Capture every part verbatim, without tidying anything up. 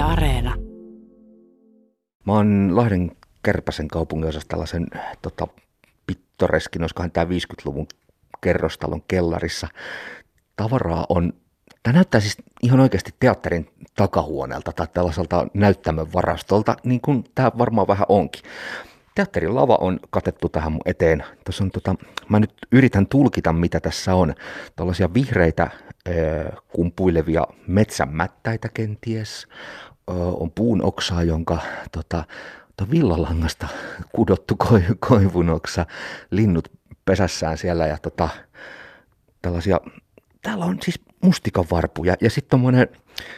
Areena. Mä oon Lahden Kärpäsen kaupunginosassa tällaisen tota, pittoreskin, olisikohan tämä viisikymmentäluvun kerrostalon kellarissa. Tavaraa on, tämä näyttää siis ihan oikeasti teatterin takahuoneelta tai tällaiselta näyttämön varastolta, niin kuin tämä varmaan vähän onkin. Teatterin lava on katettu tähän mun eteen. Tässä on, tota, mä nyt yritän tulkita, mitä tässä on. Tällaisia vihreitä kumpuilevia metsänmättäitä kenties. On puun oksaa, jonka tota, villalangasta kudottu koivun oksa. Linnut pesässään siellä ja tota, tällaisia, täällä on siis mustikanvarpuja ja sitten tommonen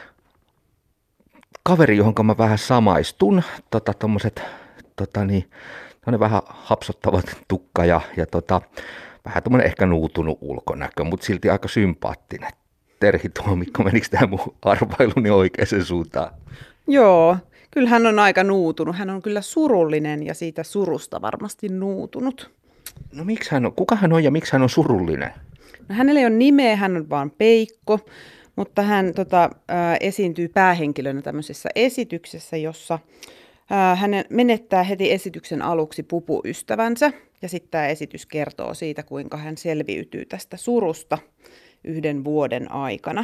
kaveri, johon mä vähän samaistun. Tota, tommoset, tota niin, vähän hapsottavat tukka ja, ja tota, vähän tommonen ehkä nuutunut ulkonäkö, mutta silti aika sympaattinen. Terhi Tuomikko, menikö tämä mun arvailuni oikeaan suuntaan? Joo, kyllä hän on aika nuutunut. Hän on kyllä surullinen ja siitä surusta varmasti nuutunut. No miksi hän on, kuka hän on ja miksi hän on surullinen? No, hänellä ei ole nimeä, hän on vaan Peikko, mutta hän tota, ää, esiintyy päähenkilönä tämmöisessä esityksessä, jossa ää, hän menettää heti esityksen aluksi pupuystävänsä. Ja sitten tämä esitys kertoo siitä, kuinka hän selviytyy tästä surusta yhden vuoden aikana.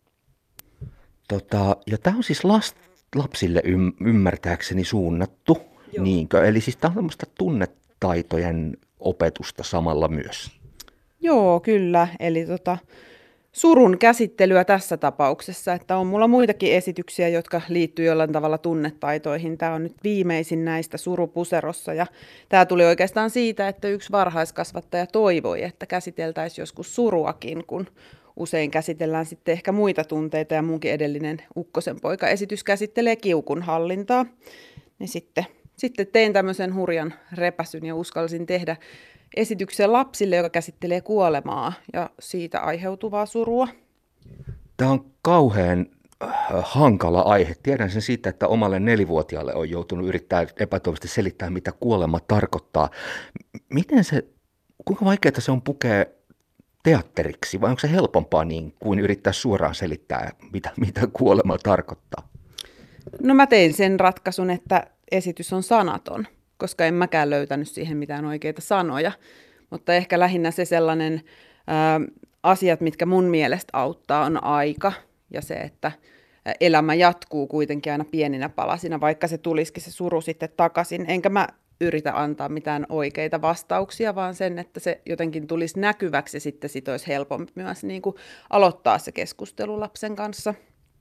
Tota, ja tämä on siis last, lapsille ym, ymmärtääkseni suunnattu, niinkö? Eli siis tämä on tämmöistä tunnetaitojen opetusta samalla myös. Joo, kyllä. Eli tota, surun käsittelyä tässä tapauksessa, että on mulla muitakin esityksiä, jotka liittyy jollain tavalla tunnetaitoihin. Tämä on nyt viimeisin näistä Surupuserossa ja tämä tuli oikeastaan siitä, että yksi varhaiskasvattaja toivoi, että käsiteltäisiin joskus suruakin, kun usein käsitellään sitten ehkä muita tunteita ja munkin edellinen Ukkosen poika-esitys käsittelee kiukun hallintaa. Niin sitten, sitten tein tämmöisen hurjan repäsyn ja uskalsin tehdä esityksen lapsille, joka käsittelee kuolemaa ja siitä aiheutuvaa surua. Tämä on kauhean hankala aihe. Tiedän sen siitä, että omalle nelivuotiaalle on joutunut yrittää epätoivoisesti selittää, mitä kuolema tarkoittaa. Miten se, kuinka vaikeaa se on pukea teatteriksi, vai onko se helpompaa niin kuin yrittää suoraan selittää, mitä, mitä kuolema tarkoittaa? No mä tein sen ratkaisun, että esitys on sanaton, koska en mäkään löytänyt siihen mitään oikeita sanoja. Mutta ehkä lähinnä se sellainen ää, asiat, mitkä mun mielestä auttaa, on aika ja se, että elämä jatkuu kuitenkin aina pieninä palasina, vaikka se tulisikin se suru sitten takaisin. Enkä mä yritä antaa mitään oikeita vastauksia, vaan sen, että se jotenkin tulisi näkyväksi ja sitten sit olisi helpompi myös niin kuin aloittaa se keskustelu lapsen kanssa.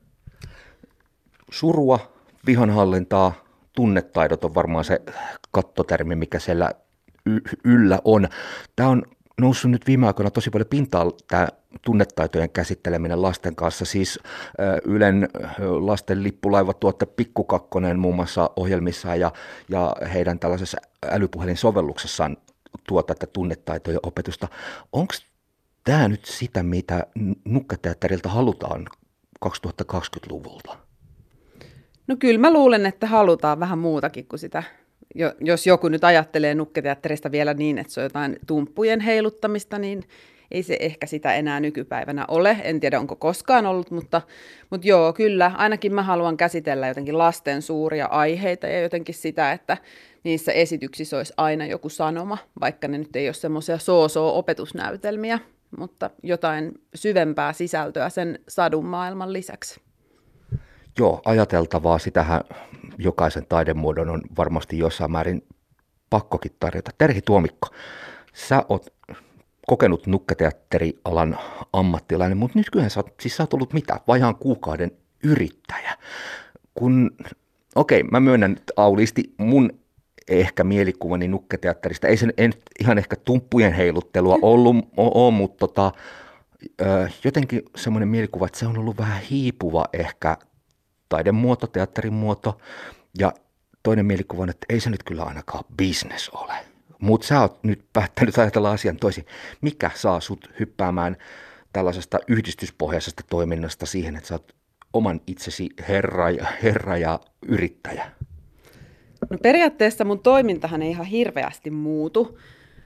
Surua, vihanhallintaa, tunnetaidot on varmaan se kattotermi, mikä siellä y- yllä on. Tämä on noussut nyt viime aikoina tosi paljon pintaan, tämä tunnetaitojen käsitteleminen lasten kanssa. Siis Ylen lasten lippulaivatuotte Pikku Kakkonen muun muassa ohjelmissaan ja, ja heidän tällaisessa älypuhelinsovelluksessaan tuota tätä tunnetaitojen opetusta. Onko tämä nyt sitä, mitä Nukketeatterilta halutaan kaksituhattakaksikymmentäluvulta? No kyllä mä luulen, että halutaan vähän muutakin kuin sitä. Jos joku nyt ajattelee Nukketeatterista vielä niin, että se on jotain tumppujen heiluttamista, niin ei se ehkä sitä enää nykypäivänä ole. En tiedä, onko koskaan ollut, mutta, mutta joo, kyllä. Ainakin mä haluan käsitellä jotenkin lasten suuria aiheita ja jotenkin sitä, että niissä esityksissä olisi aina joku sanoma, vaikka ne nyt ei ole semmoisia soo-soo-opetusnäytelmiä, mutta jotain syvempää sisältöä sen sadun maailman lisäksi. Joo, ajateltavaa. Sitähän jokaisen taidemuodon on varmasti jossain määrin pakkokin tarjota. Terhi Tuomikko, sä oot kokenut nukketeatterialan ammattilainen, mutta nykyään sä oot, siis sä oot ollut mitä? Vajaan kuukauden yrittäjä. Kun, okei, mä myönnän auliisti mun ehkä mielikuvani nukketeatterista. Ei se en, ihan ehkä tumppujen heiluttelua ollut, ole, mutta tota, jotenkin semmoinen mielikuva, että se on ollut vähän hiipuva ehkä taidemuoto, teatterin muoto, ja toinen mielikuva on, että ei se nyt kyllä ainakaan business ole. Mutta sä oot nyt päättänyt ajatella asian toisin. Mikä saa sut hyppäämään tällaisesta yhdistyspohjaisesta toiminnasta siihen, että sä oot oman itsesi herra ja, herra ja yrittäjä? No periaatteessa mun toimintahan ei ihan hirveästi muutu.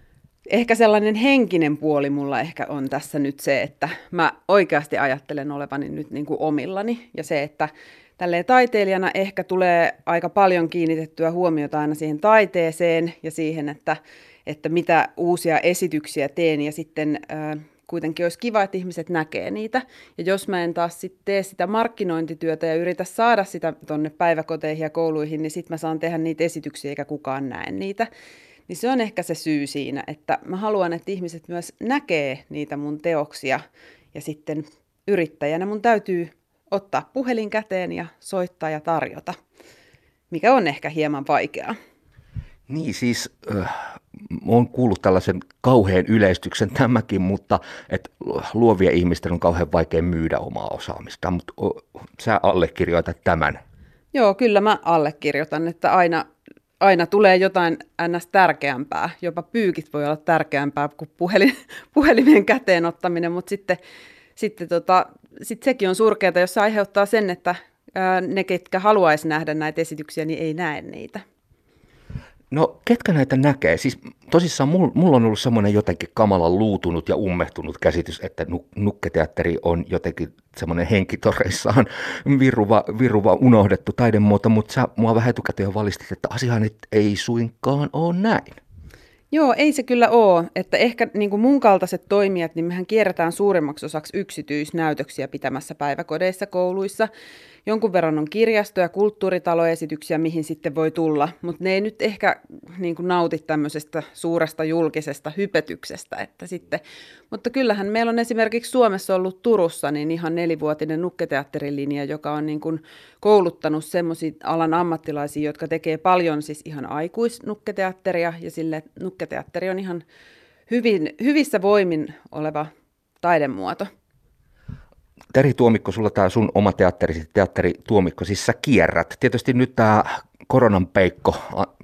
Ehkä sellainen henkinen puoli mulla ehkä on tässä nyt se, että mä oikeasti ajattelen olevani nyt niin kuin omillani. Ja se, että tälleen taiteilijana ehkä tulee aika paljon kiinnitettyä huomiota aina siihen taiteeseen ja siihen, että, että mitä uusia esityksiä teen. Ja sitten äh, kuitenkin olisi kiva, että ihmiset näkee niitä. Ja jos mä en taas sit tee sitä markkinointityötä ja yritä saada sitä tonne päiväkoteihin ja kouluihin, niin sitten mä saan tehdä niitä esityksiä eikä kukaan näe niitä. Niin se on ehkä se syy siinä, että mä haluan, että ihmiset myös näkee niitä mun teoksia ja sitten yrittäjänä mun täytyy ottaa puhelin käteen ja soittaa ja tarjota, mikä on ehkä hieman vaikeaa. Niin siis, äh, olen kuullut tällaisen kauhean yleistyksen tämäkin, mutta että luovien ihmisten on kauhean vaikea myydä omaa osaamista, mutta o, sä allekirjoitat tämän. Joo, kyllä mä allekirjoitan, että aina Aina tulee jotain ns. Tärkeämpää. Jopa pyykit voi olla tärkeämpää kuin puhelin, puhelimen käteen ottaminen, mutta sitten, sitten tota, sit sekin on surkeata, jos se aiheuttaa sen, että ää, ne, ketkä haluaisi nähdä näitä esityksiä, niin ei näe niitä. No, ketkä näitä näkee? Siis tosissaan mulla on ollut semmoinen jotenkin kamalan luutunut ja ummehtunut käsitys, että nukketeatteri on jotenkin semmoinen henkitoreissaan viruva, viruva unohdettu taidemuoto, mutta sä mua vähän etukäteen jo valistit, että asiahan nyt ei suinkaan ole näin. Joo, ei se kyllä ole. Että ehkä niin kuin mun kaltaiset toimijat, niin mehän kierretään suurimmaksi osaksi yksityisnäytöksiä pitämässä päiväkodeissa, kouluissa. Jonkun verran on kirjastoja, kulttuuritaloesityksiä, mihin sitten voi tulla, mutta ne ei nyt ehkä niin kuin nauti tämmöisestä suuresta julkisesta hypetyksestä. Että sitten, mutta kyllähän meillä on esimerkiksi Suomessa ollut Turussa niin ihan nelivuotinen nukketeatterilinja, joka on niin kuin kouluttanut semmoisia alan ammattilaisia, jotka tekee paljon siis ihan aikuisnukketeatteria, ja sille nukketeatteri on ihan hyvin, hyvissä voimin oleva taidemuoto. Terhi Tuomikko, sulla tämä sun oma teatterisi, teatteri Tuomikko, siis sä kierrät. Tietysti nyt tämä koronan peikko,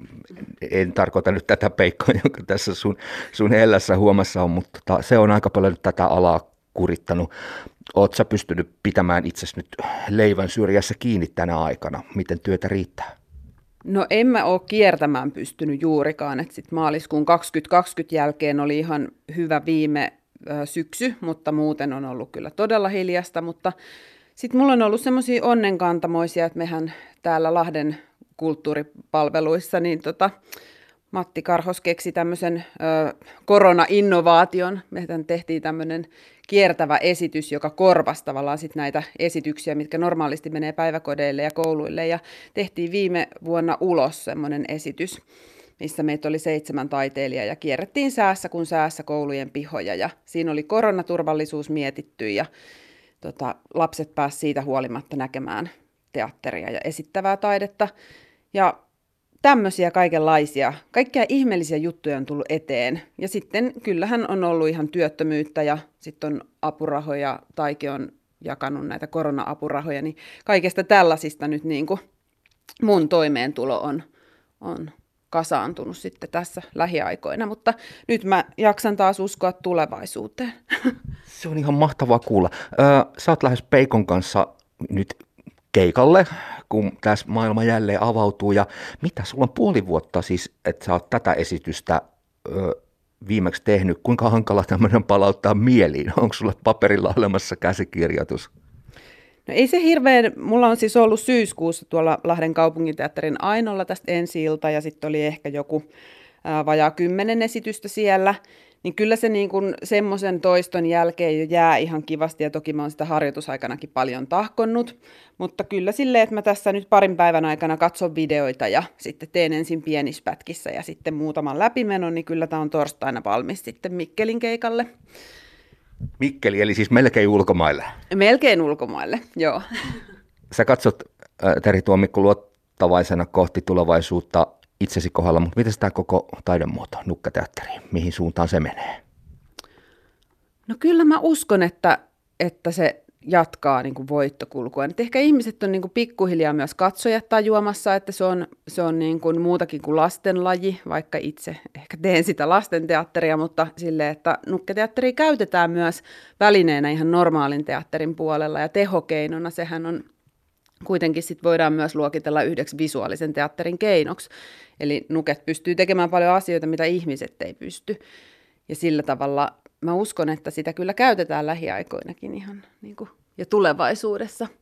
en tarkoita nyt tätä peikkoa, joka tässä sun, sun hellässä huomassa on, mutta tota, se on aika paljon tätä alaa kurittanut. Oot sä pystynyt pitämään itsesi nyt leivän syrjässä kiinni tänä aikana? Miten työtä riittää? No en mä ole kiertämään pystynyt juurikaan, että sitten maaliskuun kaksituhattakaksikymmentä jälkeen oli ihan hyvä viime syksy, mutta muuten on ollut kyllä todella hiljasta, mutta sitten mulla on ollut semmoisia onnenkantamoisia, että mehän täällä Lahden kulttuuripalveluissa, niin tota, Matti Karhos keksi tämmöisen ö, korona-innovaation. Mehän tehtiin tämmöinen kiertävä esitys, joka korvasi tavallaan sit näitä esityksiä, mitkä normaalisti menee päiväkodeille ja kouluille, ja tehtiin viime vuonna ulos semmoinen esitys, missä meitä oli seitsemän taiteilijaa ja kierrettiin säässä kuin säässä koulujen pihoja. Ja siinä oli koronaturvallisuus mietitty ja tota, lapset pääsivät siitä huolimatta näkemään teatteria ja esittävää taidetta. Ja tämmöisiä kaikenlaisia, kaikkia ihmeellisiä juttuja on tullut eteen. Ja sitten kyllähän on ollut ihan työttömyyttä ja sitten on apurahoja, Taiki on jakanut näitä korona-apurahoja, niin kaikesta tällaisista nyt niin kuin mun toimeentulo on, on kasaantunut sitten tässä lähiaikoina, mutta nyt mä jaksan taas uskoa tulevaisuuteen. Se on ihan mahtavaa kuulla. Öö, sä oot lähes Peikon kanssa nyt keikalle, kun tässä maailma jälleen avautuu, ja mitä, sulla on puoli vuotta siis, että sä oot tätä esitystä öö, viimeksi tehnyt, kuinka hankala tämmöinen palauttaa mieliin? Onko sulle paperilla olemassa käsikirjoitus? No ei se hirveän, mulla on siis ollut syyskuussa tuolla Lahden kaupunginteatterin Ainolla tästä ensi-ilta, ja sitten oli ehkä joku ää, vajaa kymmenen esitystä siellä, niin kyllä se niin kuin semmoisen toiston jälkeen jo jää ihan kivasti, ja toki mä oon sitä harjoitusaikanakin paljon tahkonnut, mutta kyllä silleen, että mä tässä nyt parin päivän aikana katson videoita ja sitten teen ensin pienissä pätkissä ja sitten muutaman läpimenon, niin kyllä tää on torstaina valmis sitten Mikkelin keikalle. Mikkeli, eli siis melkein ulkomaille. Melkein ulkomaille, joo. Sä katsot, äh, Terhi Tuomikko, luottavaisena kohti tulevaisuutta itsesi kohdalla, mutta miten tämä koko taidemuoto, nukketeatteri, mihin suuntaan se menee? No kyllä mä uskon, että, että se jatkaa niin kuin voittokulkua. Et ehkä ihmiset on niin kuin pikkuhiljaa myös katsojat tajuamassa, että se on, se on niin kuin muutakin kuin lastenlaji, vaikka itse ehkä teen sitä lastenteatteria, mutta silleen, että nukketeatteria käytetään myös välineenä ihan normaalin teatterin puolella ja tehokeinona. Sehän on kuitenkin sit voidaan myös luokitella yhdeksi visuaalisen teatterin keinoksi. Eli nuket pystyy tekemään paljon asioita, mitä ihmiset ei pysty. ja sillä tavalla mä uskon, että sitä kyllä käytetään lähiaikoinakin ihan niin kuin, ja tulevaisuudessa.